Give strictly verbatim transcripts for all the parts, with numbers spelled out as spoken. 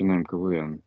начинаем КВН.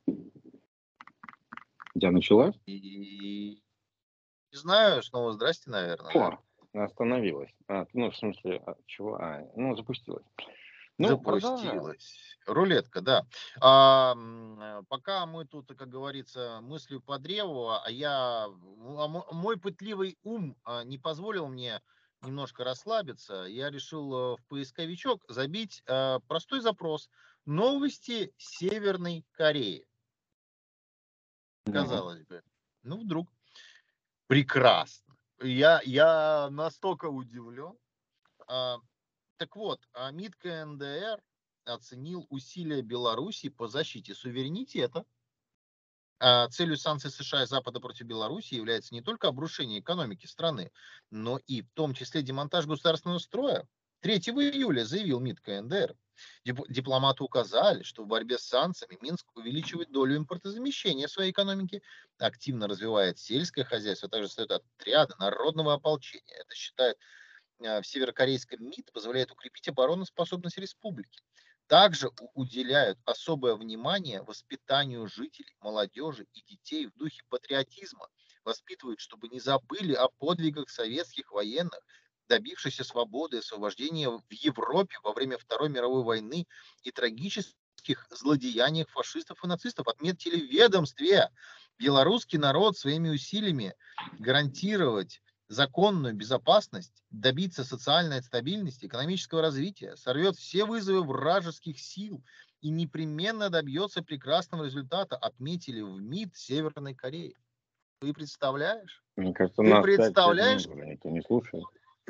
У тебя началась? И не знаю, снова здрасте, наверное, да? О, остановилась. А, ну, в смысле, а, чего? А, ну, запустилась. Ну, продолжаем. Запустилась. Рулетка, да. А, м, э, пока мы тут, как говорится, мыслью по древу, а я, м, а мо- мой пытливый ум а, не позволил мне немножко расслабиться. Я решил э, в поисковичок забить э, простой запрос: новости Северной Кореи. Ну, Казалось бы. Ну, вдруг. Прекрасно. Я, я настолько удивлен. А, Так вот, а МИД КНДР оценил усилия Беларуси по защите суверенитета. А целью санкций США и Запада против Беларуси является не только обрушение экономики страны, но и в том числе демонтаж государственного строя. третьего июля заявил МИД КНДР. Дип- Дипломаты указали, что в борьбе с санкциями Минск увеличивает долю импортозамещения в своей экономике, активно развивает сельское хозяйство, а также создает отряды народного ополчения. Это считает э, в северокорейском МИД, позволяет укрепить обороноспособность республики. Также у- уделяют особое внимание воспитанию жителей, молодежи и детей в духе патриотизма. Воспитывают, чтобы не забыли о подвигах советских военных, добившихся свободы и освобождения в Европе во время Второй мировой войны, и трагических злодеяниях фашистов и нацистов. Отметили в ведомстве: белорусский народ своими усилиями гарантировать законную безопасность, добиться социальной стабильности, экономического развития, сорвет все вызовы вражеских сил и непременно добьется прекрасного результата, отметили в МИД Северной Кореи. Ты представляешь? мне кажется, Ты нас пять, пять представляешь, минут уже никто не слушает.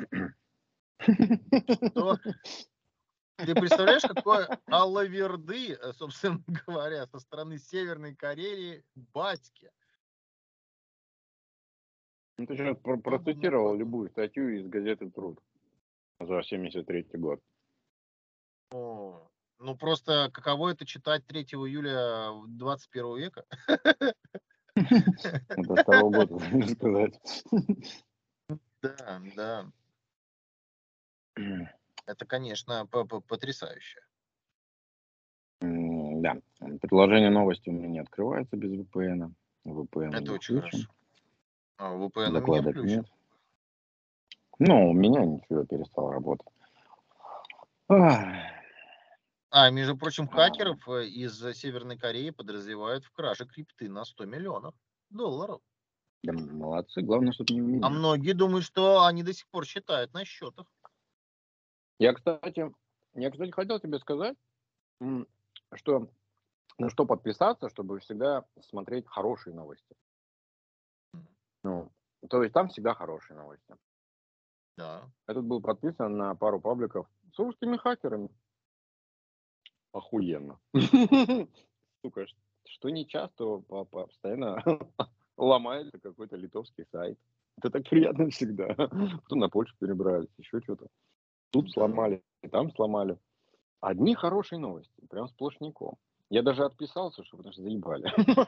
что... Ты представляешь, какой алаверды, э, собственно говоря, со стороны Северной Кореи батьки. Ну, ты сейчас про- Кто бы мог процитировал подумать? любую статью из газеты «Труд» за семьдесят третий год. О, Ну, просто каково это читать третьего июля двадцать первого века? Это второго года, можно сказать. Да, да. Это, конечно, п- п- потрясающе. М, Да, предложение новости у меня не открывается без V P N. V P N Это не очень включен, хорошо. А, V P N у меня закладок включен. нет. Ну, у меня ничего перестал работать. Ах, А, между прочим, а, хакеров э, из Северной Кореи подозревают в краже крипты на сто миллионов долларов. Да молодцы, главное, чтобы не у А меня. многие думают, что они до сих пор считают на счетах. Я, кстати, я, кстати, хотел тебе сказать, м, что на что подписаться, чтобы всегда смотреть хорошие новости. Ну, то есть там всегда хорошие новости. Да. Я тут был подписан на пару пабликов с русскими хакерами. Охуенно. Сука, ш- что не часто, по- по- постоянно ломается какой-то литовский сайт. Это так приятно всегда. Потом на Польшу перебрались, еще что-то. Тут Да. сломали, и там сломали. Одни хорошие новости, прям сплошняком. Я даже отписался, что потому что заебали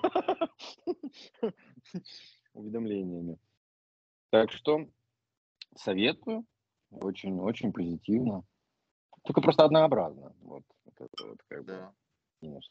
уведомлениями. Так что советую. Очень, очень позитивно. Только просто однообразно. Вот, это вот как бы Да. минус.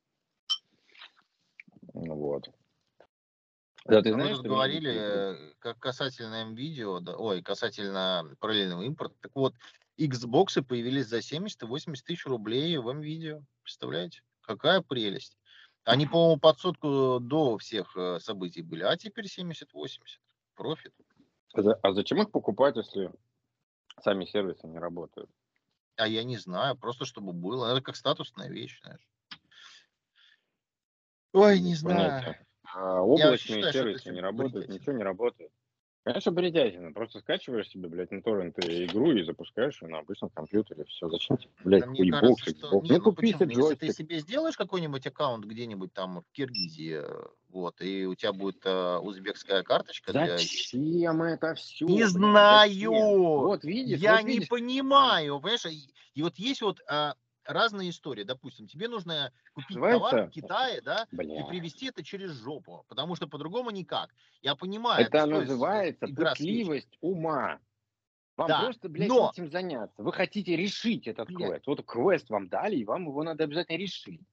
Ну вот. Да, ты А мы знаешь, тут что меня говорили интересует? э, как касательно М-видео, да, ой, касательно параллельного импорта. Так вот, Xbox появились за семьдесят и восемьдесят тысяч рублей в М-видео. Представляете? Какая прелесть. Они, по-моему, под сотку до всех э, событий были, а теперь семьдесят-восемьдесят. Профит. А за- а зачем их покупать, если сами сервисы не работают? А я не знаю, просто чтобы было. Это как статусная вещь, знаешь. Ой, не Без знаю. понятия. А Я вообще облачные считаю, что это сервисы очень не работают, бредятина. ничего не работает. Конечно, бредятина. Просто скачиваешь себе, блядь, на торрент игру и запускаешь ее на обычном компьютере. Все. Зачем тебе, блядь, Да мне кажется, хуйбокс, что... Xbox? Не, Ну, ну купи себе почему? Если ты джойстик. себе сделаешь какой-нибудь аккаунт где-нибудь там в Киргизии, э, вот, и у тебя будет э, узбекская карточка для... Зачем это все, Не блядь, зачем? знаю! Вот видишь, Я вот не видишь. понимаю, понимаешь? И, и вот есть вот а, разные истории. Допустим, тебе нужно купить товар в Называется, Китае, да, и бля, привезти это через жопу, потому что по-другому никак. Я понимаю, это это что, из- называется игра свеч. пытливость ума. Вам Да, просто, блядь, но, этим заняться. Вы хотите решить этот блядь, квест. Вот квест вам дали, и вам его надо обязательно решить.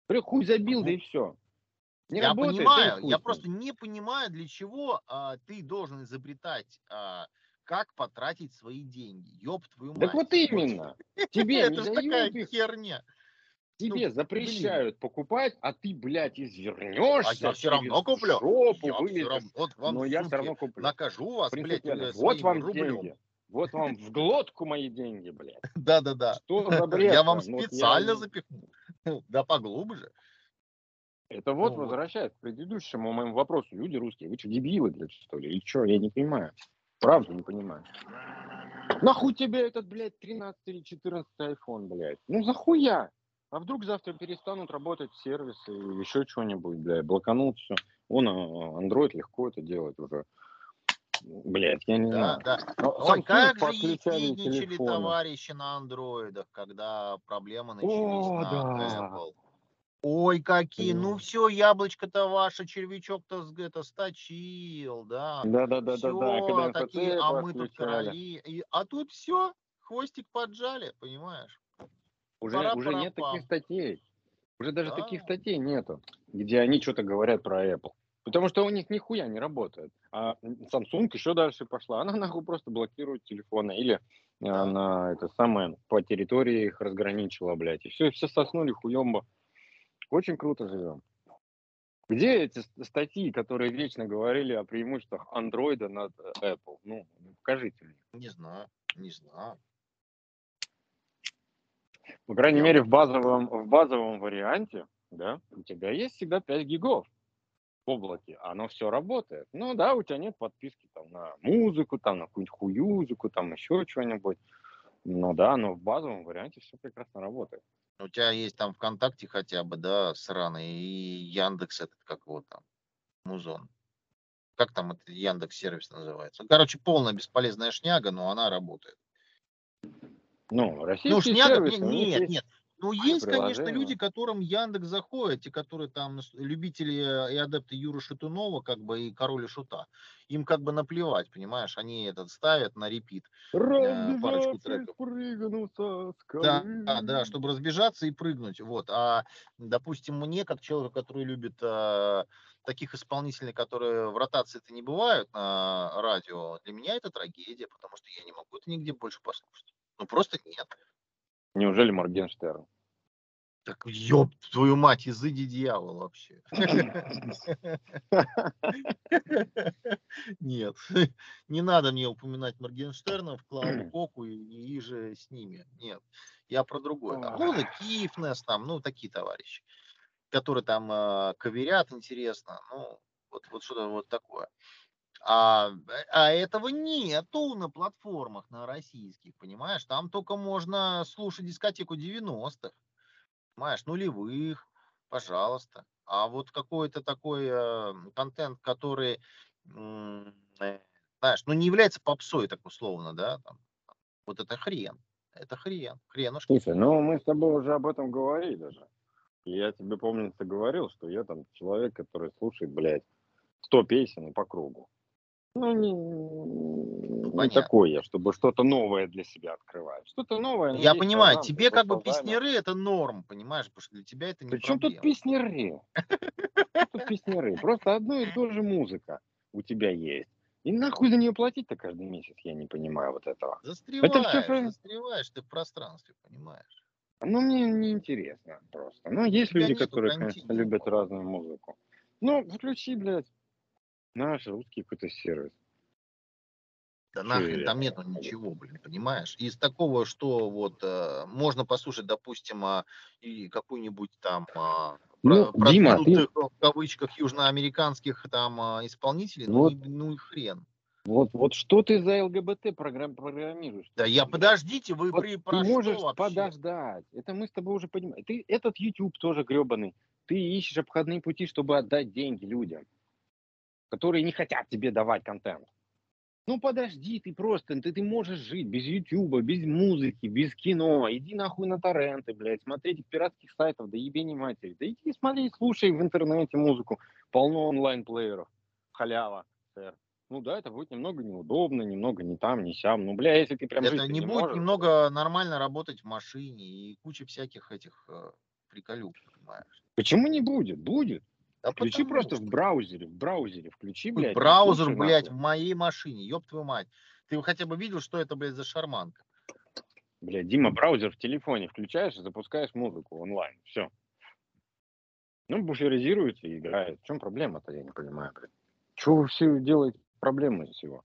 Говорю, хуй забил, да Во- и все. Не Я работает, да и понимаю, хуй я с ним. просто не понимаю, для чего а, ты должен изобретать, а, как потратить свои деньги. Ёб твою Так вот мать. Вот именно. Тебе не это же такая дают их, херня. Ну, тебе блин, запрещают покупать, а ты, блядь, а я извернешься все через равно куплю. жопу, Я все вылезешь, равно, вот вам, но я все суки, равно куплю. накажу вас, блядь, Принципиально. э, Вот своим вам рублем. деньги. Вот вам в глотку мои деньги, блядь. Да-да-да. Что за Я вам бред-то? Ну вот я... специально запихну. Да поглубже. Это вот Ну вот. возвращаясь к предыдущему моему вопросу. Люди русские, вы что, дебилы, блядь, что ли? Или что? Я не понимаю. Правда не понимаю. Нахуй тебе этот, блядь, тринадцатый или четырнадцатый айфон, блядь? Ну захуя? А вдруг завтра перестанут работать сервисы или еще что-нибудь, блядь, блоканут все. Он, а, Android легко это делает уже. Блядь, я не Да, знаю. да. Но Ой, Samsung как же подключали ехидничали телефоны. товарищи на андроидах, когда проблемы начались О, на да. Apple. Ой, какие, ну М. все, яблочко-то ваше, червячок-то с- это сточил, да. Да-да-да-да-да. Когда Все такие, эн эф цэ а мы тут подключали. короли. И, а тут все, хвостик поджали, понимаешь? Уже, уже нет таких Пара-пара-пам. статей. Уже даже таких Да, статей нету, где они что-то говорят про Apple. Потому что у них нихуя не работает. А Samsung еще дальше пошла. Она нахуй просто блокирует телефоны. Или да. она это самое по территории их разграничила, блядь. И все, все соснули хуемба. Очень круто живем. Где эти ст- статьи, которые вечно говорили о преимуществах андроида над э, Apple? Ну, покажите мне. Не знаю, не знаю. По крайней Я мере, вот, в базовом, в базовом варианте, да, у тебя есть всегда пять гигов в облаке, оно все работает. Ну да, у тебя нет подписки там на музыку, там на какую-нибудь хуюзику, там еще что-нибудь. Ну да, но в базовом варианте все прекрасно работает. у тебя есть там ВКонтакте хотя бы, да, сраный, и Яндекс этот, как его там, Музон. Как там это Яндекс сервис называется? Ну, короче, полная бесполезная шняга, но она работает. Ну, Ну, российские шняга, поня- сервисы, у них нет, есть нет. Ну, свои есть, конечно, люди, приложения. которым Яндекс заходит, те, которые там с- любители э, и адепты Юры Шатунова, как бы и Короля Шута. Им как бы наплевать, понимаешь, они этот ставят на репит э, парочку Разбежавшись, треков. прыгну со Да, да, скалы. чтобы разбежаться и прыгнуть. Вот. А, допустим, мне, как человеку, который любит э, таких исполнителей, которые в ротации-то не бывают на радио, для меня это трагедия, потому что я не могу это нигде больше послушать. Ну, просто нет. Неужели Моргенштерн? Так, ёб твою мать, изыди дьявол вообще. Нет, не надо мне упоминать Моргенштерна, Клаву Коку и, и же с ними. Нет, я про другое. Там, ну, The Kifness, там, ну, такие товарищи, которые там э, каверят, интересно. Ну, вот, вот что-то вот такое. А, а этого нету на платформах, на российских, понимаешь? Там только можно слушать дискотеку девяностых, понимаешь, нулевых, пожалуйста. А вот какой-то такой э, контент, который, м, э, знаешь, ну не является попсой, так условно, да, там, вот это хрен. Это хрен, хренушки. Слушай, ну мы с тобой уже об этом говорили даже. И я тебе, помнится, говорил, что я там человек, который слушает, блядь, сто песен и по кругу. Ну, не, Ну, не понятно. такой я, чтобы что-то новое для себя открывать. Что-то новое, ну, Я есть понимаю, шазам, ты тебе его как бы в шазаме. песняры это норм, понимаешь, потому что для тебя это не Причем тут проблема. песняры? Что тут песняры? Просто одно и то же музыка у тебя есть. И нахуй за нее платить-то каждый месяц, я не понимаю вот этого. Это все, Застреваешь, застреваешь ты в пространстве, понимаешь. ну, мне не интересно просто. Ну, У есть тебя люди, нету которые, конечно, любят континуума. разную музыку. Ну, включи, блядь, наш русский какой-то сервис. Да Че нахрен я? там нету ничего, блин, понимаешь? Из такого, что вот э, можно послушать, допустим, а, и какую-нибудь там а, Ну, про- Дима, ты продвинутых в кавычках южноамериканских там а, исполнителей, ну, вот, не, ну и хрен. вот, вот что ты за ЛГБТ программ, программируешь Да такой, я, блядь? подождите, вы Вот при, ты про что можешь вообще? подождать. Это мы с тобой уже понимаем. Ты этот YouTube тоже гребаный. Ты ищешь обходные пути, чтобы отдать деньги людям, которые не хотят тебе давать контент. Ну подожди, ты просто, ты, ты можешь жить без Ютуба, без музыки, без кино. Иди нахуй на торренты, блядь, смотри этих пиратских сайтов, да ебени матери. Да иди смотри, слушай в интернете музыку. Полно онлайн-плееров. Халява, сэр. Ну да, это будет немного неудобно, немного не там, не сям. Ну, бля, если ты прям Это жить-то не не будет можешь, блядь. немного нормально работать в машине и куча всяких этих э, приколюк, понимаешь? Почему не будет? Будет. Да Включи потому просто в что. браузере, в браузере включи, Какой блядь, и браузер, слушай блядь, нахуй. в моей машине, ёб твою мать. Ты хотя бы видел, что это, блядь, за шарманка? Блядь, Дима, браузер в телефоне включаешь и запускаешь музыку онлайн. Все. Ну, буферизируется и играет. В чем проблема-то, я не понимаю, блядь. Чего вы все делаете проблемы из всего?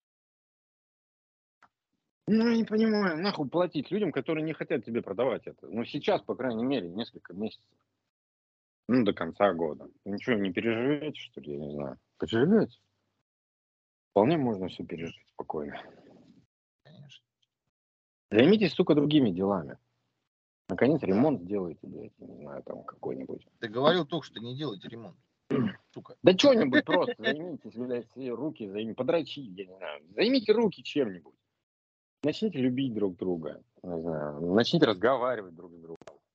Ну, я не понимаю, нахуй платить людям, которые не хотят тебе продавать это. Ну, сейчас, по крайней мере, несколько месяцев. Ну, до конца года. Вы ничего не переживете, что ли, я не знаю. Переживете? Вполне можно все пережить спокойно. Конечно. Займитесь, сука, другими делами. Наконец, ремонт сделайте, блядь, не знаю, там какой-нибудь. Ты говорил только что не делайте ремонт. Сука. Да что-нибудь просто займитесь, блядь, все руки, займите, подрочи, я не знаю. Займите руки чем-нибудь. Начните любить друг друга. Не знаю, начните разговаривать друг с другом.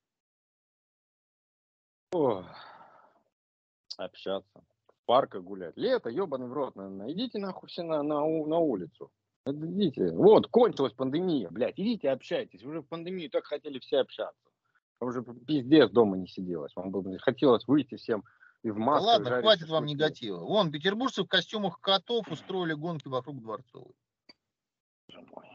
Ох, общаться. В парках гулять. Лето, ебаный в рот, наверное. Идите нахуй все на, на, у- на улицу. Идите. Вот, кончилась пандемия, блядь. Идите общайтесь. Уже в пандемию так хотели все общаться. А уже пиздец дома не сиделось. Вам бы хотелось выйти всем и в Да масках ладно, жарить хватит вам шашлыки. негатива. Вон, петербуржцы в костюмах котов устроили гонки вокруг Дворцовой. Боже мой.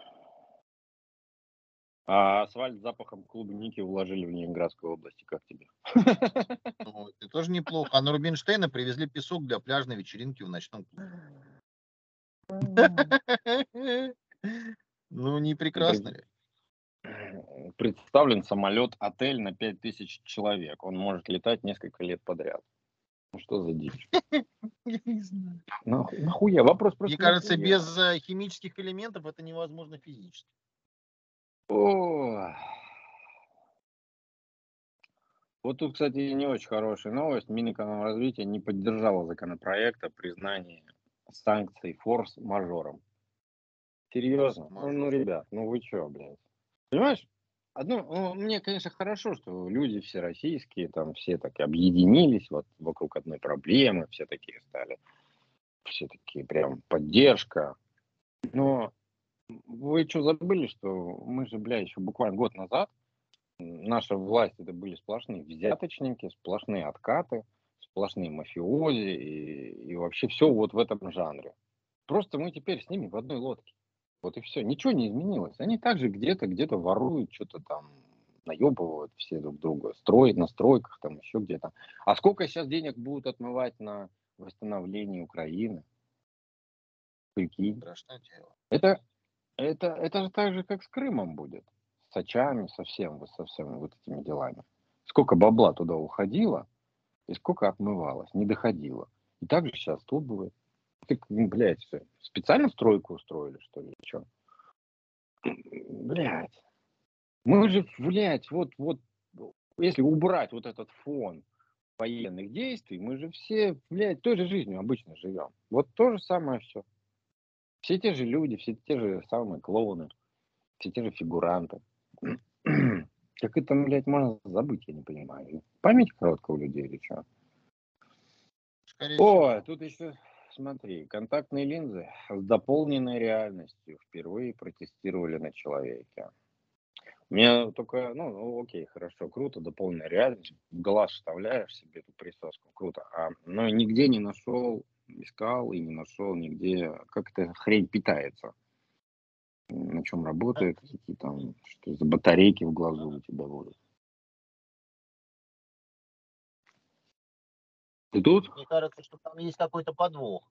А асфальт с запахом клубники уложили в Ленинградской области. Как тебе? Ну, это тоже неплохо. А на Рубинштейна привезли песок для пляжной вечеринки в ночном клубе. Ну, не прекрасно ли? Представлен самолет-отель на пять тысяч человек. Он может летать несколько лет подряд. Ну что за дичь? Я не знаю. Нахуй, нахуя? Вопрос Мне просто кажется, нахуя? без э, химических элементов это невозможно физически. О. Вот тут, кстати, не очень хорошая новость. Минэкономразвития не поддержала законопроект о признании санкций форс-мажором. Серьезно? Ну, ну, Форс-мажор. ребят, ну вы чё, блядь? Понимаешь? Одно, ну, мне, конечно, хорошо, что люди все российские, там все так объединились вот вокруг одной проблемы, все такие стали, все такие прям поддержка. Но вы что, забыли, что мы же, бля, еще буквально год назад наша власть это были сплошные взяточники, сплошные откаты, сплошные мафиози и, и вообще все вот в этом жанре. Просто мы теперь с ними в одной лодке. Вот и все. Ничего не изменилось. Они также где-то, где-то воруют, что-то там наебывают все друг друга, строят на стройках, там еще где-то. А сколько сейчас денег будут отмывать на восстановление Украины? Прикинь. Страшное дело. Это, это, это же так же, как с Крымом будет. С Сачами, со всем, со всеми вот этими делами. Сколько бабла туда уходило, и сколько отмывалось, не доходило. И так же сейчас тут будет. Ты, блядь, специально стройку устроили, что ли, что? Блядь. Мы же, блядь, вот, вот, если убрать вот этот фон военных действий, мы же все, блядь, той же жизнью обычно живем. Вот то же самое все. Все те же люди, все те же самые клоуны, все те же фигуранты. Как это, блядь, можно забыть, я не понимаю. Память короткая у людей или что? Скорее О, всего. тут еще, смотри, контактные линзы с дополненной реальностью впервые протестировали на человеке. У меня только, ну, ну, окей, хорошо, круто, дополненная реальность. В глаз вставляешь себе эту присоску, круто. А, но нигде не нашел, искал и не нашел нигде, как эта хрень питается. На чем работает, какие там, что за батарейки в глазу у тебя будут. Ты тут? Мне кажется, что там есть какой-то подвох.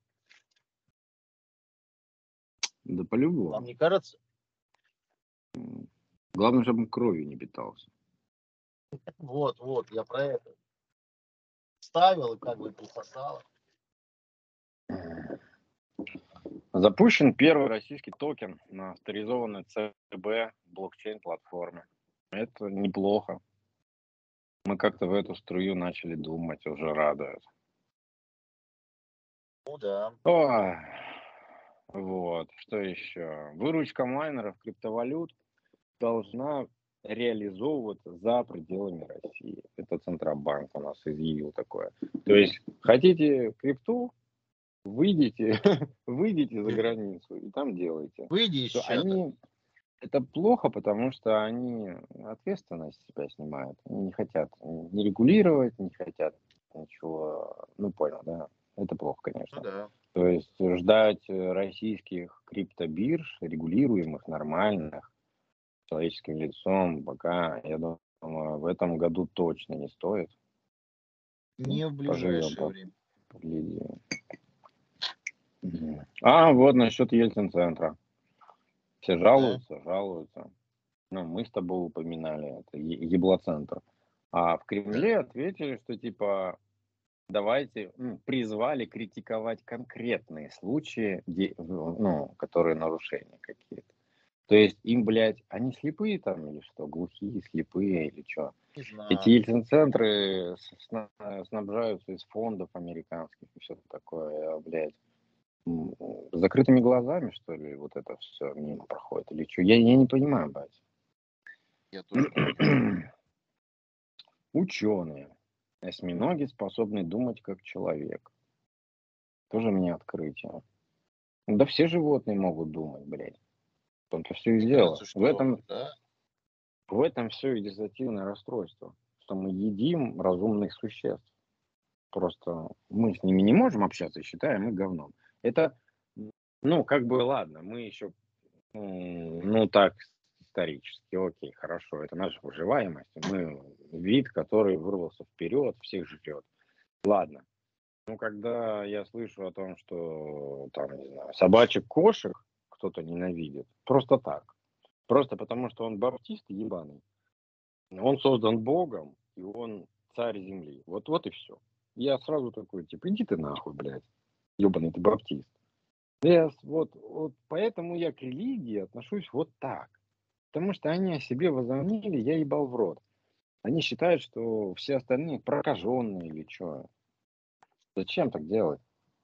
Да Вам по-любому. не кажется? Главное, чтобы он кровью не питался. Вот, вот, я про это. Ставил и как бы присосало. Запущен первый российский токен на авторизованной ЦБ блокчейн-платформе. Это неплохо. Мы как-то в эту струю начали думать, уже радует. Ну да. Ой, вот, что еще? Выручка майнеров криптовалют должна реализовываться за пределами России. Это Центробанк у нас изъявил такое. То есть, хотите крипту, выйдите, выйдите за границу и там делайте. Выйди из Что чата. они, Это плохо, потому что они ответственность с себя снимают. Они не хотят не регулировать, не хотят ничего. Ну, понял, да? Это плохо, Ну конечно. да. То есть ждать э, российских криптобирж, регулируемых, нормальных, человеческим лицом, пока, я думаю, в этом году точно не стоит. Ну, Не в поживем, ближайшее время. поглядим. Мгм. А, вот насчет Ельцин-центра. Все Да. жалуются, жалуются. Ну, мы с тобой упоминали, это е- еблоцентр. А в Да. Кремле ответили, что типа давайте, м, призвали критиковать конкретные случаи, где, в- ну, которые нарушения какие-то. То есть им, блядь, они слепые там или что, глухие, слепые или что? Не Эти знаю. Ельцин-центры с- сна- снабжаются из фондов американских и все такое, а, блядь. м, С закрытыми глазами, что ли, вот это все мимо проходит или что? Я, я не понимаю, блядь. Я тоже не понимаю. Ученые. Осьминоги способны думать как человек. Тоже мне открытие. Да все животные могут думать, блядь. В том-то все и Мне дело. кажется, В что этом, да. в этом все и дезориентивное расстройство. Что мы едим разумных существ. Просто мы с ними не можем общаться и считаем их говном. Это, ну, как бы, ладно, мы еще, ну, так, исторически, окей, хорошо, это наша выживаемость. Мы вид, который вырвался вперед, всех жрет. Ладно. Ну, когда я слышу о том, что там, не знаю, собачек, кошек кто-то ненавидит, просто так. Просто потому, что он баптист ебаный. Он создан Богом, и он царь земли. Вот, вот и все. Я сразу такой, типа, иди ты нахуй, блядь, ебаный ты баптист. Я с- вот, вот поэтому я к религии отношусь вот так. Потому что они о себе возомнили, я ебал в рот. Они считают, что все остальные прокаженные или что. Зачем так делать?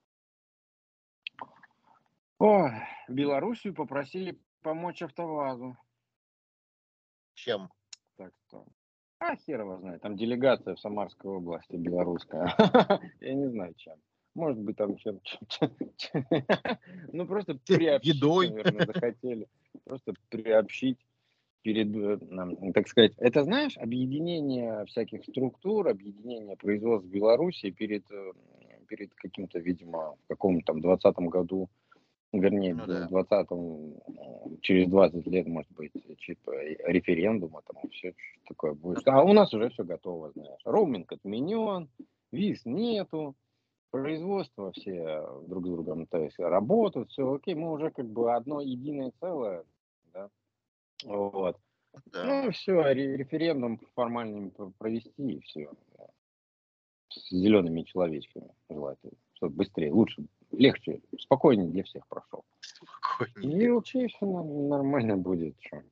Ой, Белоруссию попросили помочь АвтоВАЗу. Чем? Так что, а хер его знает, там делегация в Самарской области белорусская. Я не знаю чем. Может быть там чем, чем- чем- чем- ну просто приобщить, Едой. наверное, захотели. Просто приобщить перед, э, нам, так сказать. Это, знаешь, объединение всяких структур, объединение производств в Беларуси перед, э, перед каким-то, видимо, в каком-то там двадцатом году. Вернее, Ну в да. двадцатом, через двадцать лет, может быть, типа референдума, там все такое будет. А у нас уже все готово, знаешь. Роуминг отменен, виз нету, производство все друг с другом, то есть работают, все окей, мы уже как бы одно единое целое, да, вот. Да. Ну, все, референдум формально провести, и все. С зелеными человечками желательно, чтобы быстрее, лучше, легче, спокойнее для всех прошел. Спокойнее И легче. окей, все нормально будет. Чё.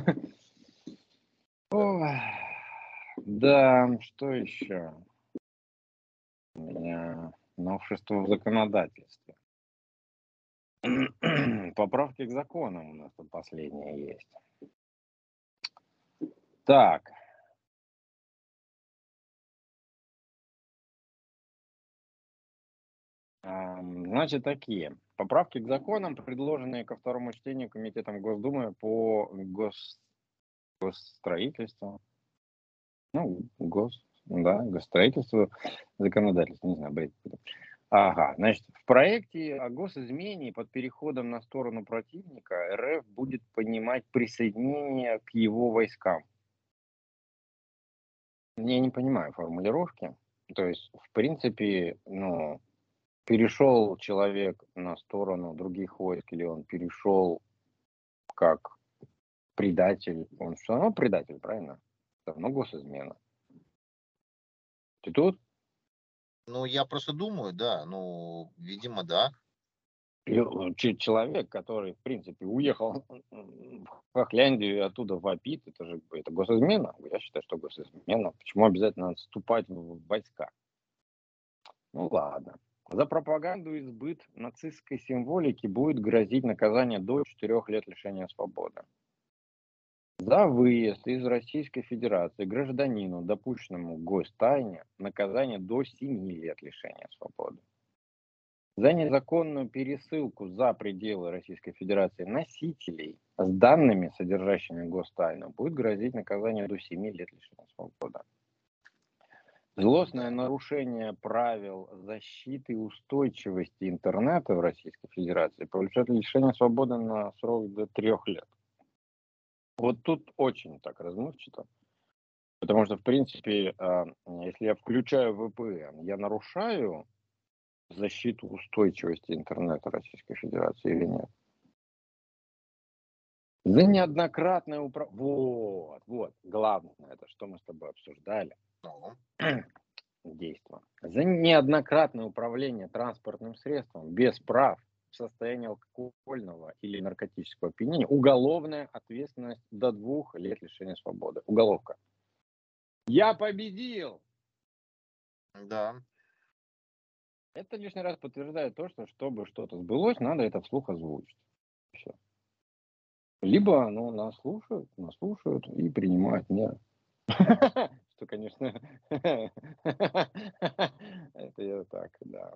Да. Ой, да, что еще? У меня новшество в законодательстве. Поправки к законам у нас тут последние есть. Так, ам, значит, такие. Поправки к законам, предложенные ко второму чтению Комитетом Госдумы по гос... госстроительству. Ну, гос... Да, госстроительству, законодательству, не знаю, бред. Ага, значит, в проекте о госизмене под переходом на сторону противника РФ будет понимать присоединение к его войскам. Я не понимаю формулировки. То есть, в принципе, ну, перешел человек на сторону других войск или он перешел как предатель, он все равно предатель, правильно? Все равно госизмена. Ты тут? Ну, я просто думаю, да, ну, видимо, да. Лю- че- Человек, который, в принципе, уехал в Хохляндию и оттуда вопит, это же это госизмена. Я считаю, что госизмена. Почему обязательно надо вступать в войска? Ну ладно. За пропаганду и сбыт нацистской символики будет грозить наказание до четырех лет лишения свободы. За выезд из Российской Федерации гражданину, допущенному к гостайне, наказание до семи лет лишения свободы. за незаконную пересылку за пределы Российской Федерации носителей с данными, содержащими гостайну, будет грозить наказание до семи лет лишения свободы. Злостное нарушение правил защиты и устойчивости интернета в Российской Федерации повлечет лишение свободы на срок до трех лет. Вот тут очень так размывчато, потому что, в принципе, а, если я включаю вэ пэ эн, я нарушаю защиту устойчивости интернета Российской Федерации или нет? За неоднократное управление... Вот, вот, главное, это что мы с тобой обсуждали. Ну, Действия. За неоднократное управление транспортным средством без прав в состоянии алкогольного или наркотического опьянения уголовная ответственность до двух лет лишения свободы. Уголовка. Я победил! да. Это лишний раз подтверждает то, что чтобы что-то сбылось, надо это вслух озвучить. Всё. Либо ну, нас слушают, нас слушают и принимают меры. Что, конечно, это я так, да.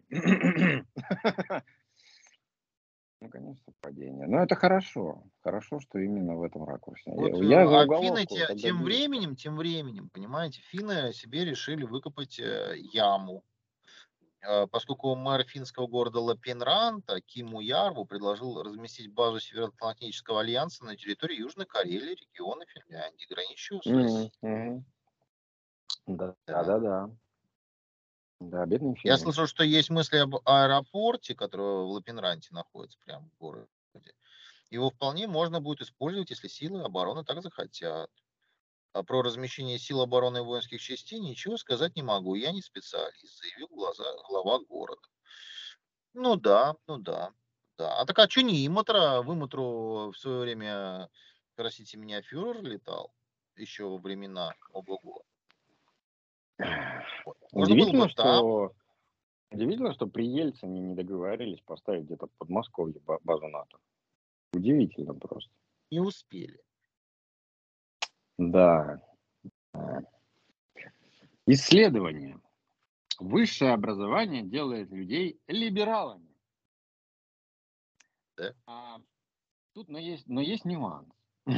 Ну, конечно, совпадение. Но это хорошо. Хорошо, что именно в этом ракурсе. Вот, Я, э, я за а финны уголовку, те- тогда тем будет. временем, тем временем, понимаете, финны себе решили выкопать э, яму. Э, Поскольку мэр финского города Лапенранта Киму Ярву предложил разместить базу Североатлантического альянса на территории Южной Карелии, региона Финляндии, граничащего с Мгм, Россией. мгм. Да, да, Да. да, да. Да, бедные Я финны. слышал, что есть мысли об аэропорте, который в Лапенранте находится прямо в городе. Его вполне можно будет использовать, если силы обороны так захотят. А про размещение сил обороны и воинских частей ничего сказать не могу. Я не специалист, заявил глаза, глава города. Ну да, ну да, да. А так а что не Иматра? В Иматру в свое время, простите меня, фюрер летал еще во времена ого-го. Вот. Можно было бы Удивительно, там, что удивительно, что при Ельцине не договорились поставить где-то в Подмосковье ба- базу НАТО. Удивительно просто. не успели. Да. а. Исследование. Высшее образование делает людей либералами. Да? А тут, но есть, но есть нюанс.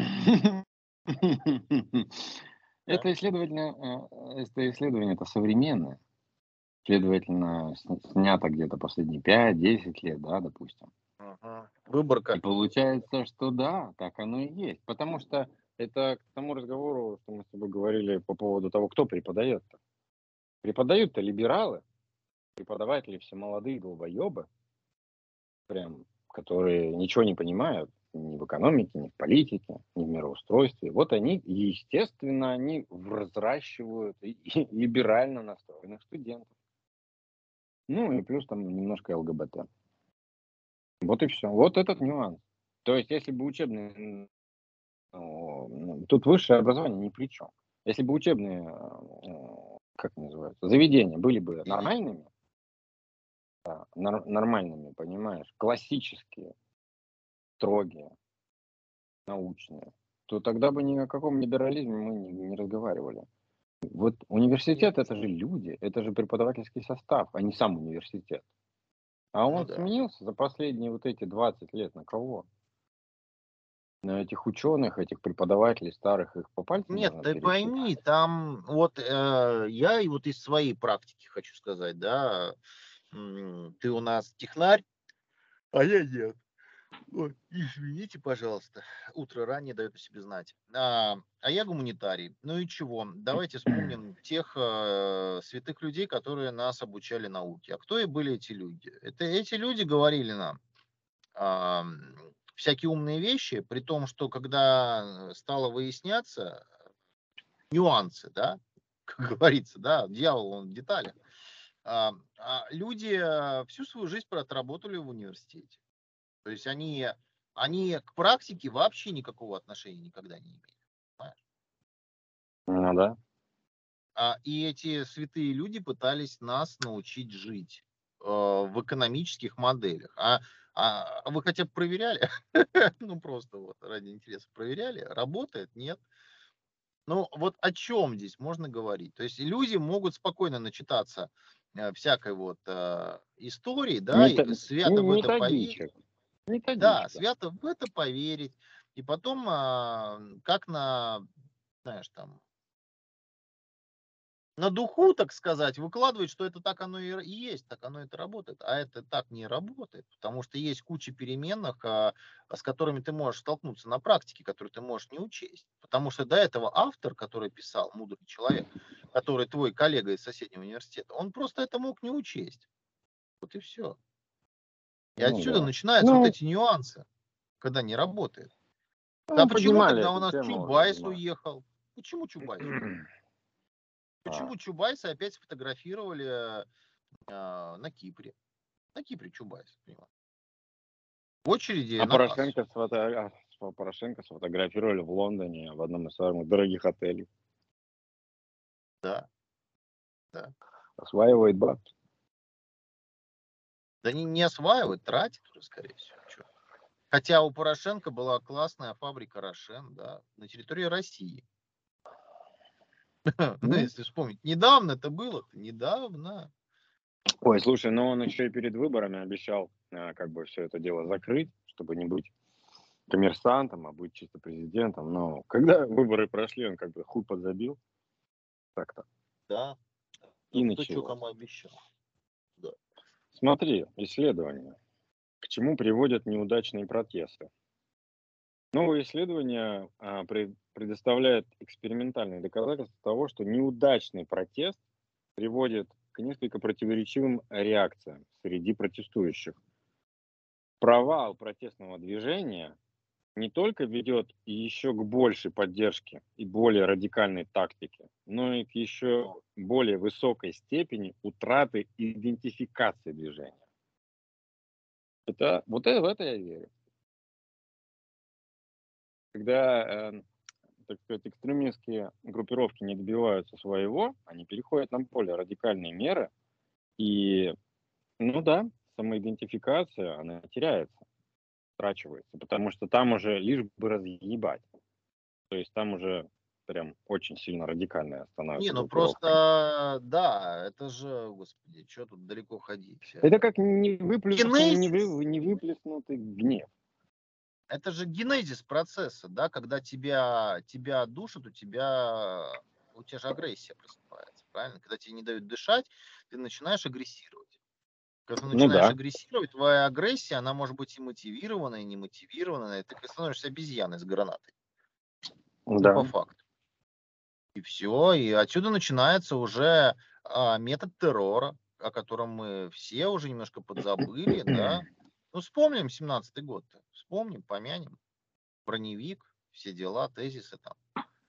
Да. Это исследование, э, это исследование, это современное. Следовательно, с- снято где-то последние пять-десять лет, да, допустим. Ага. И Выборка. получается, что да, так оно и есть. Потому что это к тому разговору, что мы с тобой говорили по поводу того, кто преподает-то. Преподают-то либералы, преподаватели все молодые долбоебы, прям, которые ничего не понимают ни в экономике, ни в политике, ни в мироустройстве. Вот они, естественно, они взращивают и- и либерально настроенных студентов. Ну и плюс там немножко эл гэ бэ тэ. Вот и все. Вот этот нюанс. То есть, если бы учебные, м, о, ну, тут высшее образование ни при чем. Если бы учебные, э, как называется, заведения были бы нормальными, да, нор- нормальными, понимаешь, классические, строгие, научные, то тогда бы ни о каком либерализме мы не, не разговаривали. Вот Нет. университет это же люди, это же преподавательский состав, а не сам университет. А Ну он да. сменился за последние вот эти двадцать лет на кого? На этих ученых, этих преподавателей старых, их по пальцам Нет, можно ты пойми, пересчитать. там вот э, я и вот из своей практики хочу сказать, да, м, ты у нас технарь, а я нет. Ой, извините, пожалуйста, утро раннее дает о себе знать. А, а я гуманитарий. Ну и чего? Давайте вспомним тех э, святых людей, которые нас обучали науке. А кто и были эти люди? Это эти люди говорили нам ам, всякие умные вещи, при том, что когда стало выясняться нюансы, да, как говорится, да, дьявол он в деталях, а, а люди э, всю свою жизнь отработали в университете. То есть они, они к практике вообще никакого отношения никогда не имели. Понимаешь? Ну да. А, и эти святые люди пытались нас научить жить э, в экономических моделях. А, а а вы хотя бы проверяли? Ну, просто вот ради интереса проверяли? Работает? Нет. Ну, вот о чем здесь можно говорить? То есть люди могут спокойно начитаться э, всякой вот э, истории, да, и Мета- свято м- в это поверить. Методичек. Да, Методичка. свято в это поверить. И потом, а, как на, знаешь, там, на духу, так сказать, выкладывать, что это так оно и есть, так оно это работает. А это так не работает, потому что есть куча переменных, а, с которыми ты можешь столкнуться на практике, которые ты можешь не учесть. Потому что до этого автор, который писал, мудрый человек, который твой коллега из соседнего университета, он просто это мог не учесть. Вот и все. И Ну отсюда да. начинаются вот Ну, эти нюансы, когда не работает. ну, А мы почему поднимали тогда у эту нас тему уже, Чубайс Дима. уехал? Почему Чубайс уехал? А, Почему Чубайса опять сфотографировали а, на Кипре? На Кипре Чубайс, понимаешь? В очереди а на кассу. Порошенко, сфото... а, Порошенко сфотографировали в Лондоне в одном из самых дорогих отелей. Да, да. Осваивает бабки. Да не, не осваивает, тратит уже, скорее всего. Чё. Хотя у Порошенко была классная фабрика Рошен, да, на территории России. Ну, Ну, если вспомнить. Недавно это было, недавно. ой, слушай, ну он еще и перед выборами обещал а, как бы все это дело закрыть, чтобы не быть коммерсантом, а быть чисто президентом. Но когда выборы прошли, он как бы хуй подзабил. Так-то. Да. И Ну, кто что началось. кому обещал. Да. Смотри, исследования. К чему приводят неудачные протесты? Новое исследование а, пред- предоставляет экспериментальные доказательства того, что неудачный протест приводит к несколько противоречивым реакциям среди протестующих. Провал протестного движения не только ведет еще к большей поддержке и более радикальной тактике, но и к еще более высокой степени утраты идентификации движения. Это, вот это, в это я верю. Когда, э, так сказать, экстремистские группировки не добиваются своего, они переходят на более радикальные меры, и, ну да, самоидентификация, она теряется, страчивается, потому что там уже лишь бы разъебать. То есть там уже прям очень сильно радикальная Не, становится ну группировка. просто, да, это же, господи, что тут далеко ходить. Это э, как не, выплю- не, Генезис. вы- не выплеснутый гнев. Это же генезис процесса, да, когда тебя, тебя душат, у тебя, у тебя же агрессия просыпается, правильно? Когда тебе не дают дышать, ты начинаешь агрессировать. Когда ты Ну начинаешь да, агрессировать, твоя агрессия, она может быть и мотивированная, и не мотивированная, и ты становишься обезьяной с гранатой. Ну, по да. факту. И все, и отсюда начинается уже а, метод террора, о котором мы все уже немножко подзабыли, да. Ну, вспомним семнадцатый год, вспомним, помянем. Броневик, все дела, тезисы там.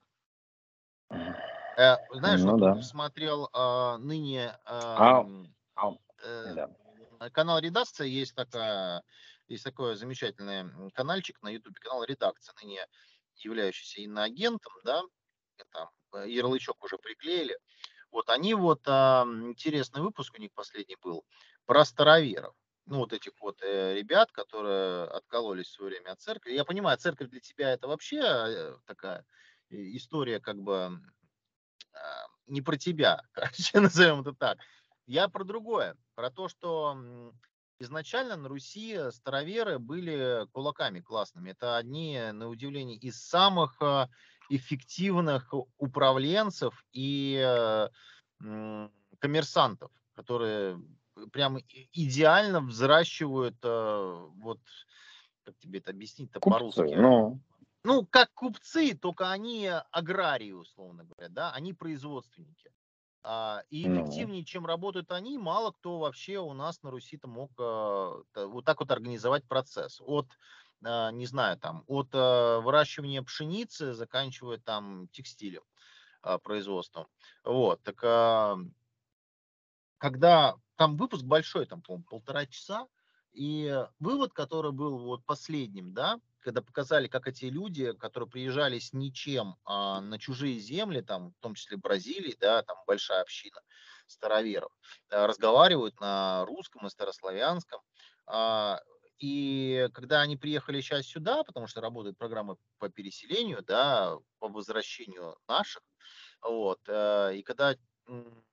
Э, знаешь, Ну вот да. тут смотрел а, ныне А, ам, а, э, да. канал Редакция, есть такая, есть такой замечательный м, каналчик на Ютубе, канал Редакция, ныне являющийся иноагентом, да, и там э, ярлычок уже приклеили. Вот они вот, а, интересный выпуск у них последний был про староверов. Ну, вот этих вот э, ребят, которые откололись в свое время от церкви. Я понимаю, церковь для тебя это вообще э, такая э, история как бы а, не про тебя, короче, назовем это так. Я про другое, про то, что м, изначально на Руси староверы были кулаками классными. Это одни, на удивление, из самых а, эффективных управленцев и э, м, коммерсантов, которые прям и- идеально взращивают, э, вот, как тебе это объяснить-то Купцы, по-русски, ну, ну, как купцы, только они аграрии, условно говоря, да, они производственники. А, и ну, эффективнее, чем работают они, мало кто вообще у нас на Руси-то мог а, та- вот так вот организовать процесс. От, а, не знаю, там, от а, выращивания пшеницы, заканчивая там текстилем, а, производством. Вот, так а, когда там выпуск большой, там, по-моему, полтора часа, и вывод, который был вот последним, да, когда показали, как эти люди, которые приезжали с ничем а, на чужие земли, там, в том числе Бразилии, да, там большая община староверов, а, разговаривают на русском и старославянском. А, и когда они приехали сейчас сюда, потому что работает программа по переселению, да, по возвращению наших, вот, э, и когда м,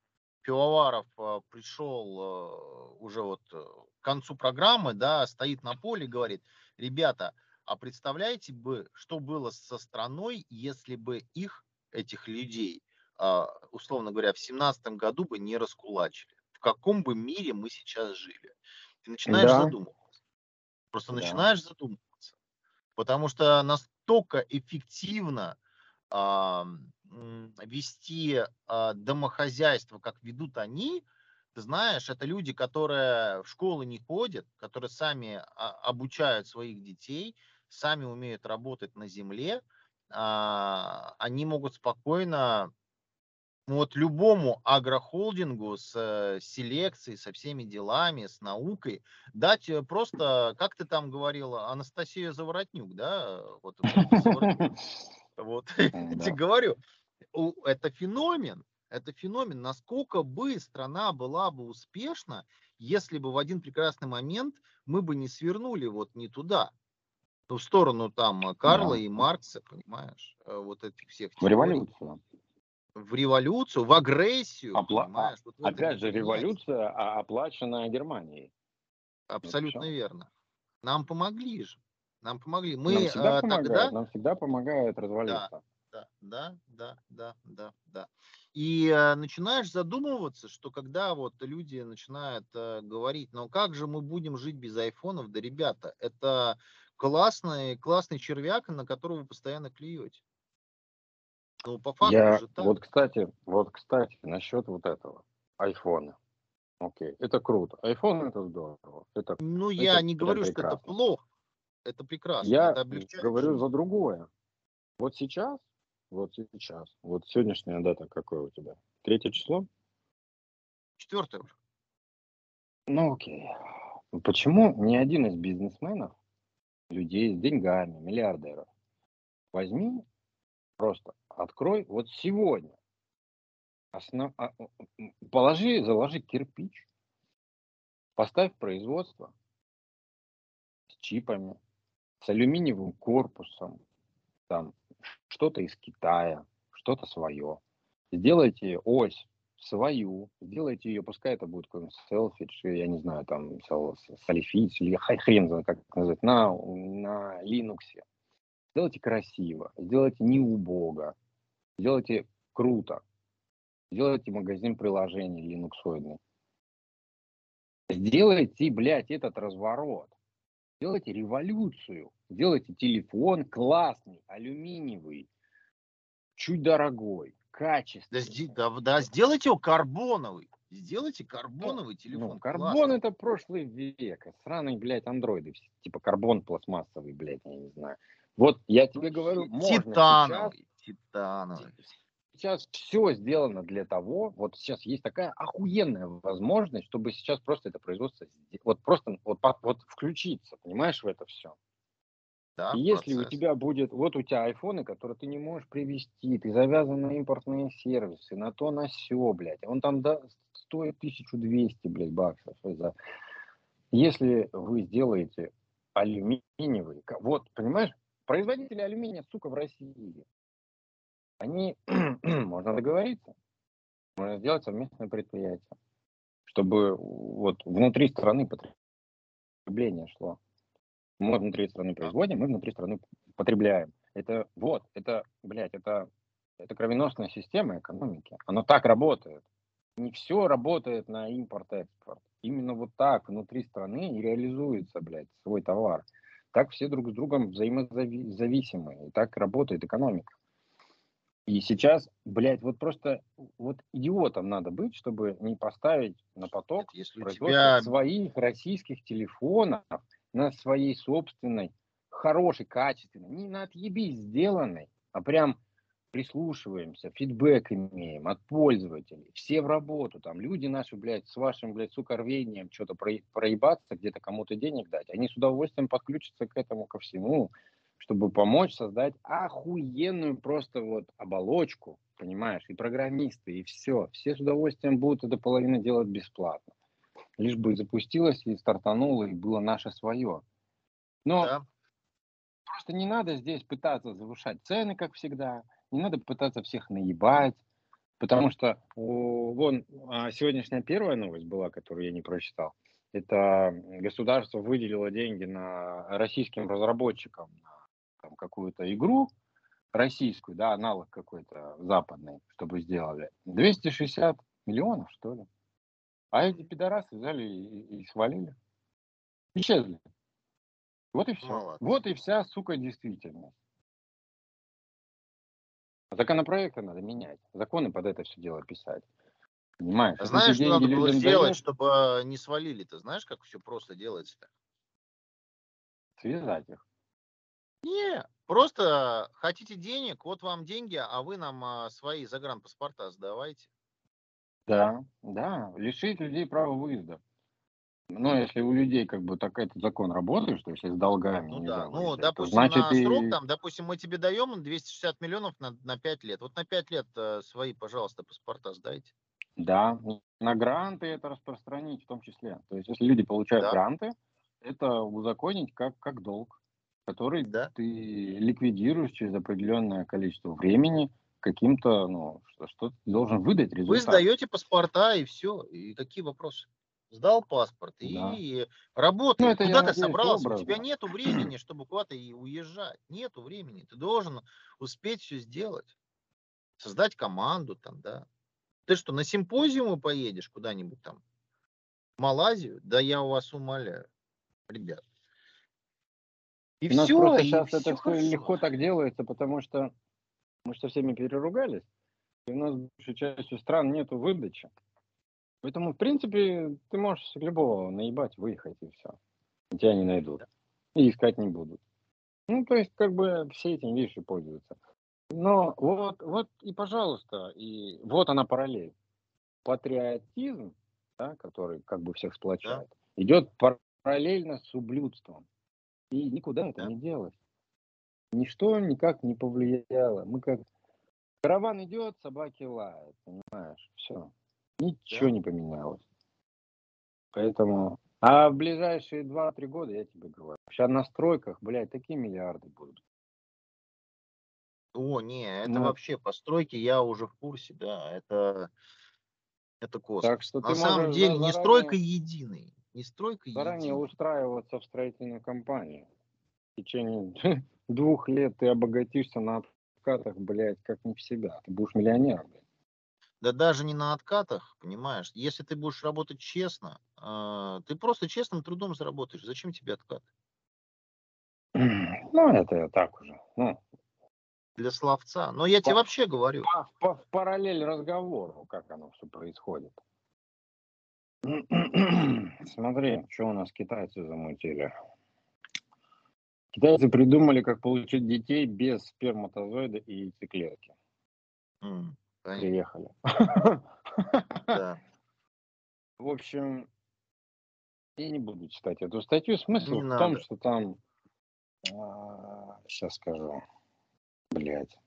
Пивоваров э, пришел э, уже вот э, к концу программы, да, стоит на поле и говорит: ребята, а представляете бы, что было со страной, если бы их, этих людей, а, условно говоря, в семнадцатом году бы не раскулачили? В каком бы мире мы сейчас жили? Ты начинаешь Да, задумываться. Просто да. начинаешь задумываться. Потому что настолько эффективно а, м, вести а, домохозяйство, как ведут они, ты знаешь, это люди, которые в школы не ходят, которые сами а, обучают своих детей, сами умеют работать на земле, а, они могут спокойно, ну вот любому агрохолдингу с э, селекцией, со всеми делами, с наукой дать э, просто, как ты там говорила, Анастасия Заворотнюк, да, вот вот это Заворотнюк. Вот, я тебе Да. говорю, у- это феномен, это феномен, насколько бы страна была бы успешна, если бы в один прекрасный момент мы бы не свернули вот не туда, ну, в сторону там э, Карла Да. и Маркса, понимаешь, э, вот этих всех В теорий, революцию. в революцию, в агрессию, Опла- а, понимаешь, вот в это опять не же, принять. революция, а, оплаченная Германией. Вот и Абсолютно все. верно. Нам помогли же, нам помогли. Мы Нам всегда э, помогает, тогда нам всегда помогает Да, развалиться. да, да, да, да, да, да. И э, начинаешь задумываться, что когда вот люди начинают э, говорить, ну как же мы будем жить без айфонов, да, ребята, это классный, классный червяк, на которого вы постоянно клюете. Ну, по факту Я же так. вот, кстати, вот, кстати, насчет вот этого айфона. Окей, это круто. Айфон это здорово. Это, Ну, я это не прям говорю, что это прекрасно. плохо, это прекрасно, Я это облегчает говорю за жизнь. другое. Вот сейчас, вот сейчас, вот сегодняшняя дата какое у тебя? Третье число? Четвертое уже. Ну окей. Почему ни один из бизнесменов, людей с деньгами, миллиардеров, возьми, просто открой вот сегодня, основ... а, м, положи, заложи кирпич, поставь производство с чипами, с алюминиевым корпусом, там что-то из Китая, что-то свое. Сделайте ось свою, сделайте ее, пускай это будет какой-нибудь селфидж, я не знаю, там, салифидж, или хай- хрен знает, как это назвать, на, на Linux. Сделайте красиво, сделайте не убого, сделайте круто, сделайте магазин приложений линуксоидный. Сделайте, блядь, этот разворот. Сделайте революцию. Сделайте телефон классный, алюминиевый, чуть дорогой, Да, качественный. сде- да, да, сделайте его карбоновый. Сделайте Ну, карбоновый ну, телефон, карбон классный. это прошлый век. а Сраные, блядь, андроиды. все, Типа карбон пластмассовый, блядь, я не знаю. Вот я Ну, тебе говорю, можно сейчас, титановый, титановый. сейчас все сделано для того, вот сейчас есть такая охуенная возможность, чтобы сейчас просто это производство, сде- вот просто вот, по- вот включиться, понимаешь, в это все. Да, И в если у процесс. тебя будет, вот у тебя айфоны, которые ты не можешь привезти, ты завязан на импортные сервисы, на то, на сё, блядь, он там да, стоит тысячу двести, блядь, баксов. За... Если вы сделаете алюминиевый, ка- вот, понимаешь, производители алюминия, сука, в России, они, можно договориться, можно сделать совместное предприятие, чтобы вот внутри страны потребление шло. Мы внутри страны Да, производим, мы внутри страны потребляем. Это вот, это, блядь, это, это кровеносная система экономики. Оно так работает. Не все работает на импорт-экспорт. Именно вот так внутри страны и реализуется, блядь, свой товар. Так все друг с другом взаимозависимы. И так работает экономика. И сейчас, блядь, вот просто вот идиотом надо быть, чтобы не поставить на нет, поток если у производство тебя, своих российских телефонов на своей собственной, хорошей, качественной, не на отъебись сделанной, а прям прислушиваемся, фидбэк имеем от пользователей, все в работу, там люди наши, блядь, с вашим, блядь, сука, рвением что-то проебаться, где-то кому-то денег дать, они с удовольствием подключатся к этому, ко всему, чтобы помочь создать охуенную просто вот оболочку, понимаешь, и программисты, и все. Все с удовольствием будут эту половину делать бесплатно. Лишь бы запустилось и стартануло, и было наше свое. Но да, просто не надо здесь пытаться завышать цены, как всегда. Не надо пытаться всех наебать. Потому что у- вон а, сегодняшняя первая новость была, которую я не прочитал. Это государство выделило деньги на российским разработчикам на там, какую-то игру российскую, да, аналог какой-то западный, чтобы сделали. двести шестьдесят миллионов, что ли. А эти пидорасы взяли и, и свалили. Исчезли. Вот и все. Молодцы. Вот и вся, сука, действительность. Законопроекты надо менять. Законы под это все дело писать. Понимаешь? Если ты Знаешь, что деньги надо было людям сделать, даешь, чтобы не свалили? Ты знаешь, как все просто делается-то? связать их. Не, просто хотите денег, вот вам деньги, а вы нам а, свои загранпаспорта сдавайте. Да, да, лишить людей права выезда. Но если у людей как бы так этот закон работает, что если с долгами Ну нельзя да, ну, выезжать, то допустим, значит на срок и там, допустим, мы тебе даем двести шестьдесят миллионов на, на пять лет. Вот на пять лет э, свои, пожалуйста, паспорта сдайте. да, на гранты это распространить в том числе. То есть если люди получают Да, гранты, это узаконить как, как долг, который да. ты ликвидируешь через определенное количество времени каким-то, ну, что, что ты должен выдать Вы результат. сдаете паспорта и все. И какие вопросы? Сдал паспорт Да. и Ну, работай. это, я Куда ты надеюсь, собрался? У тебя образно. нету времени, чтобы куда-то и уезжать. Нету времени. Ты должен успеть все сделать. Создать команду там, да. Ты что, на симпозиумы поедешь куда-нибудь там? В Малайзию? Да я у вас умоляю, ребят. И У нас все, просто и сейчас это все все хорошо. легко так делается, потому что мы со всеми переругались, и у нас большей частью стран нету выдачи. Поэтому, в принципе, ты можешь любого наебать, выехать, и все. Тебя не найдут. И искать не будут. Ну, то есть, как бы все этим, видишь, и пользуются. Но вот, вот и пожалуйста, и вот она параллель. Патриотизм, да, который как бы всех Да, сплочает, идет параллельно с ублюдством. И никуда это да, не делось. Ничто никак не повлияло. Мы как караван идет, собаки лают, понимаешь? Все. Ничего да. не поменялось. Поэтому... А в ближайшие два-три года, я тебе говорю, сейчас на стройках, блядь, такие миллиарды будут. О, не, это Ну, вообще постройки, я уже в курсе, да, это, это так космос. что На ты самом можешь за- деле не стройка заранее, единый, не стройка заранее единый. устраиваться в строительную компанию. В течение двух лет ты обогатишься на откатах, блядь, как не в себя. Ты будешь миллионером, блядь. Да даже не на откатах, понимаешь, если ты будешь работать честно, э, ты просто честным трудом заработаешь, зачем тебе откат? Ну, это я так уже. Ну, Для словца. Но я тебе по, вообще говорю, по- по- в параллель разговору, как оно все происходит. Смотри, что у нас китайцы замутили. Китайцы придумали, как получить детей без сперматозоида и яйцеклетки. м, понятно, Приехали. да, В общем, я не буду читать эту статью. не Смысл в том, надо. что там... Сейчас скажу. Блять.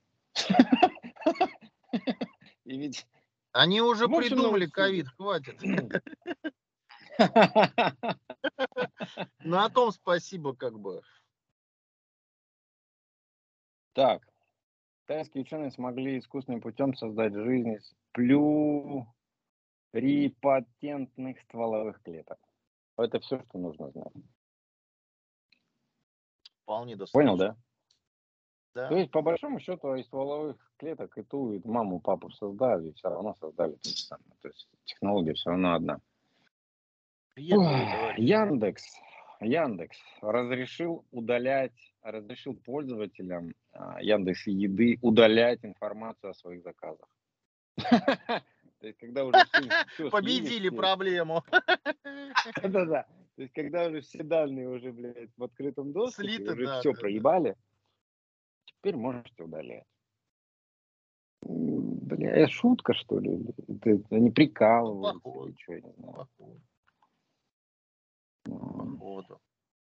И ведь... Они уже В общем, придумали новость ковид, сидит. хватит. На том спасибо как бы. Так, китайские ученые смогли искусственным путем создать жизнь из плюрипатентных стволовых клеток. Это все, что нужно знать. Вполне Понял, достаточно. да? То Да. есть, по большому счету, из стволовых клеток и ту, и маму, папу создали, и все равно создали то же самое. То есть, технология все равно одна. Приветствую, Ой, товарищ. Яндекс, Яндекс разрешил удалять, разрешил пользователям а, Яндекс Еды удалять информацию о своих заказах. То есть, когда уже все слили, Победили все... проблему. Да-да-да. То есть, когда уже все данные уже, блядь, в открытом доступе, Слиты, уже да, все да, да. проебали, теперь можете удалять. М, Бля, это шутка, что ли? Это, это они Ну, прикалываются или походу, что, я не знаю. походу, М. походу.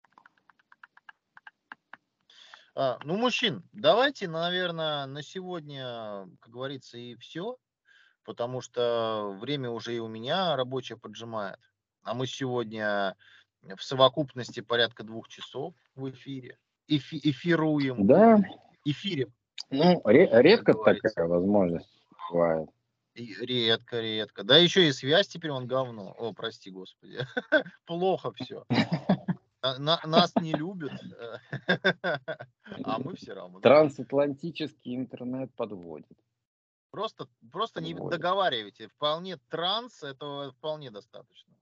А, ну, мужчин, давайте, наверное, на сегодня, как говорится, и все, потому что время уже и у меня рабочее поджимает. А мы сегодня в совокупности порядка двух часов в эфире. Эфи- эфируем. Да, Эфирим, ну, ре- как редко говорится. такая возможность бывает. И редко, редко. Да еще и связь теперь он говно. О, прости, господи. Плохо все. Нас не любят, э, а мы все равно. Трансатлантический интернет подводит. Просто, просто не Подводит. договаривайте. Вполне транс, этого вполне достаточно.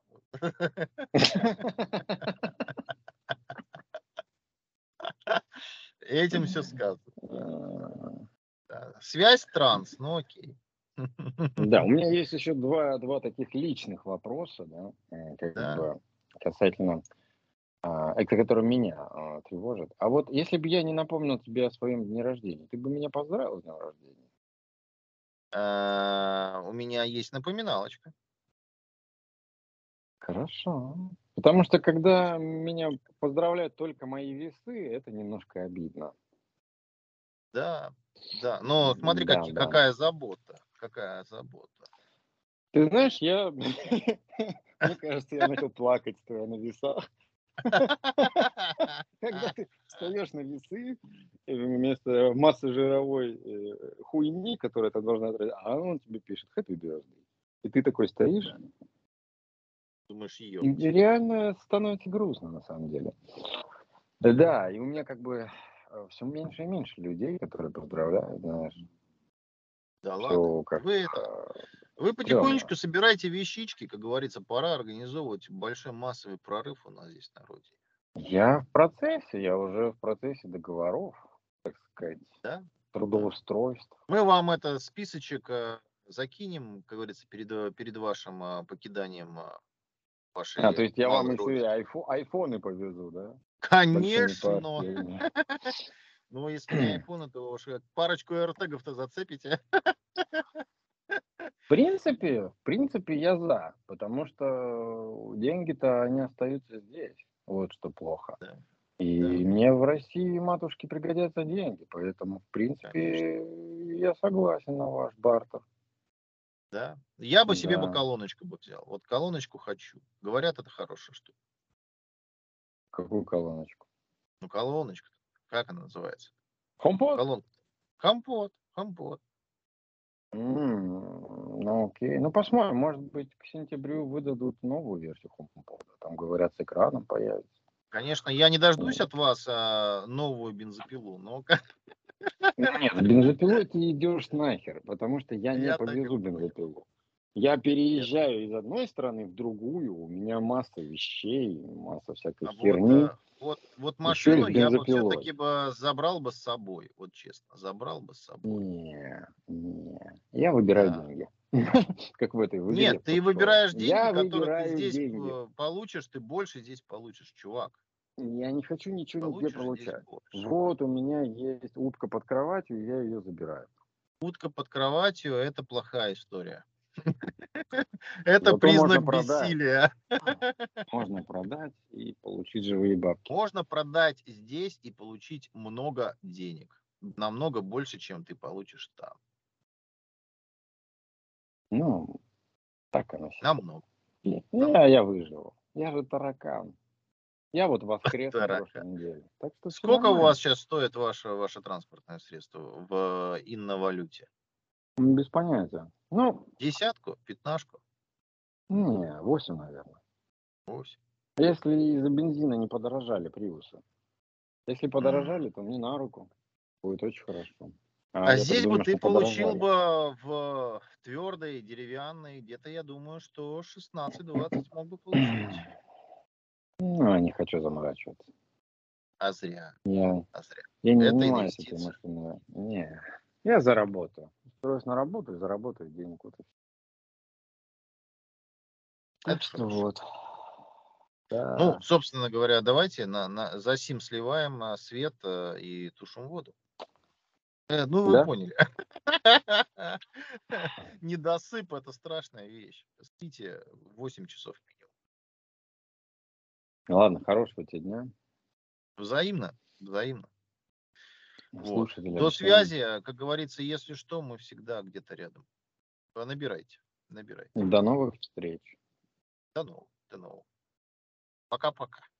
Этим все сказано. Да. Связь транс, ну окей. Да, у меня есть еще два, два таких личных вопроса, да, э, как Да. бы касательно, а, это которые меня а, тревожат. А вот если бы я не напомнил тебе о своем дне рождения, ты бы меня поздравил с днем рождения? А, У меня есть напоминалочка. Хорошо. Потому что когда меня поздравляют только мои весы, это немножко обидно. Да, да. Но смотри, Да, какие, да. какая забота. Какая забота. Ты знаешь, я, мне кажется, я начал плакать, стоя на весах. Когда ты встаешь на весы, э, вместо массы жировой э, хуйни, которая ты должна тратить, а он тебе пишет Happy birthday. И ты такой стоишь, Да. Думаешь, и ёпти. реально становится грустно на самом деле. Да, да, и у меня как бы все меньше и меньше людей, которые поздравляют, знаешь. Да ладно. Все как Вы это, вы стрёмно. потихонечку собираете вещички, как говорится, пора организовывать большой массовый прорыв у нас здесь на родине. Я в процессе, я уже в процессе договоров, так сказать, Да? Да. трудоустройств. Мы вам это списочек э, закинем, как говорится, перед, э, перед вашим э, покиданием э, А, то вашей есть я вам малой еще и родины. айфо айфоны повезу, да? Большими Конечно! партиями. Ну, если не айфоны, то уж э, парочку AirTag'ов-то зацепите. В принципе, в принципе, я за, потому что деньги-то они остаются здесь. Вот что плохо. Да, да, И мне в России, матушке, пригодятся деньги, поэтому, в конечно. принципе, я согласен на ваш бартер. Да. Я бы себе бы Да. колоночку бы взял. Вот колоночку хочу. Говорят, это хорошая штука. Какую колоночку? Ну, колоночка. Как она называется? HomePod? Колонка. Компот. Компот. М, Ну, окей. Ну, посмотрим. Может быть, к сентябрю выдадут новую версию HomePod. Там, говорят, с экраном появится. Конечно, я не дождусь Вот. от вас а, новую бензопилу, но как- Нет, с бензопилой ты идешь нахер, потому что я не я так и повезу понял. бензопилу. Я Я так- переезжаю из одной страны в другую, у меня масса вещей, масса всякой А вот, херни, а, вот, вот еще и машину с я бы бензопилой. все-таки бы забрал бы с собой. Вот честно, забрал бы с собой. Не, не. Я выбираю Да. деньги. Как в этой в Нет, игре в ты Топшоу. выбираешь деньги, Я которые ты выбираю здесь деньги. э, получишь, ты больше здесь получишь, чувак. Я не хочу ничего нигде Получишь здесь получать. больше. Вот у меня есть утка под кроватью, я ее забираю. Утка под кроватью — это плохая история. Это Зато можно признак продать. бессилия. Можно продать и получить живые бабки. Можно продать здесь и получить много денег. Намного больше, чем ты получишь там. Ну, так оно сейчас. Намного. Я, Намного. я выживу. Я же таракан. Я вот воскрес на прошлой Тарака. неделе. Так что все Сколько у вас нормально. сейчас стоит ваше, ваше транспортное средство в инновалюте? М, Без понятия. Ну, Десятку? Пятнашку? не, восемь, наверное. Восемь. Если из-за бензина не подорожали приусы. Если М. подорожали, то мне на руку. Будет очень хорошо. А А я так здесь бы думаю, ты что получил подорожали. бы в твердой, деревянной, где-то, я думаю, что шестнадцать-двадцать мог бы получить. Ну, не хочу заморачиваться. А зря, Я, а зря. я не Это занимаюсь этой инвестиция. машиной. Не. Я заработаю. Устроюсь на работу и заработаю денег. Вот и всё. Так Это что хорошо. вот. Ну, Да. собственно говоря, давайте на, на, за сим сливаем а, свет а, и тушим воду. Э, ну, вы Да? поняли. Недосып — это страшная вещь. Спите восемь часов минимум. Ладно, хорошего тебе дня. Взаимно, взаимно. Вот. Слушателям До всем. связи, а, как говорится, если что, мы всегда где-то рядом. А, Набирайте, набирайте. До новых встреч. До нового, до нового. Пока-пока.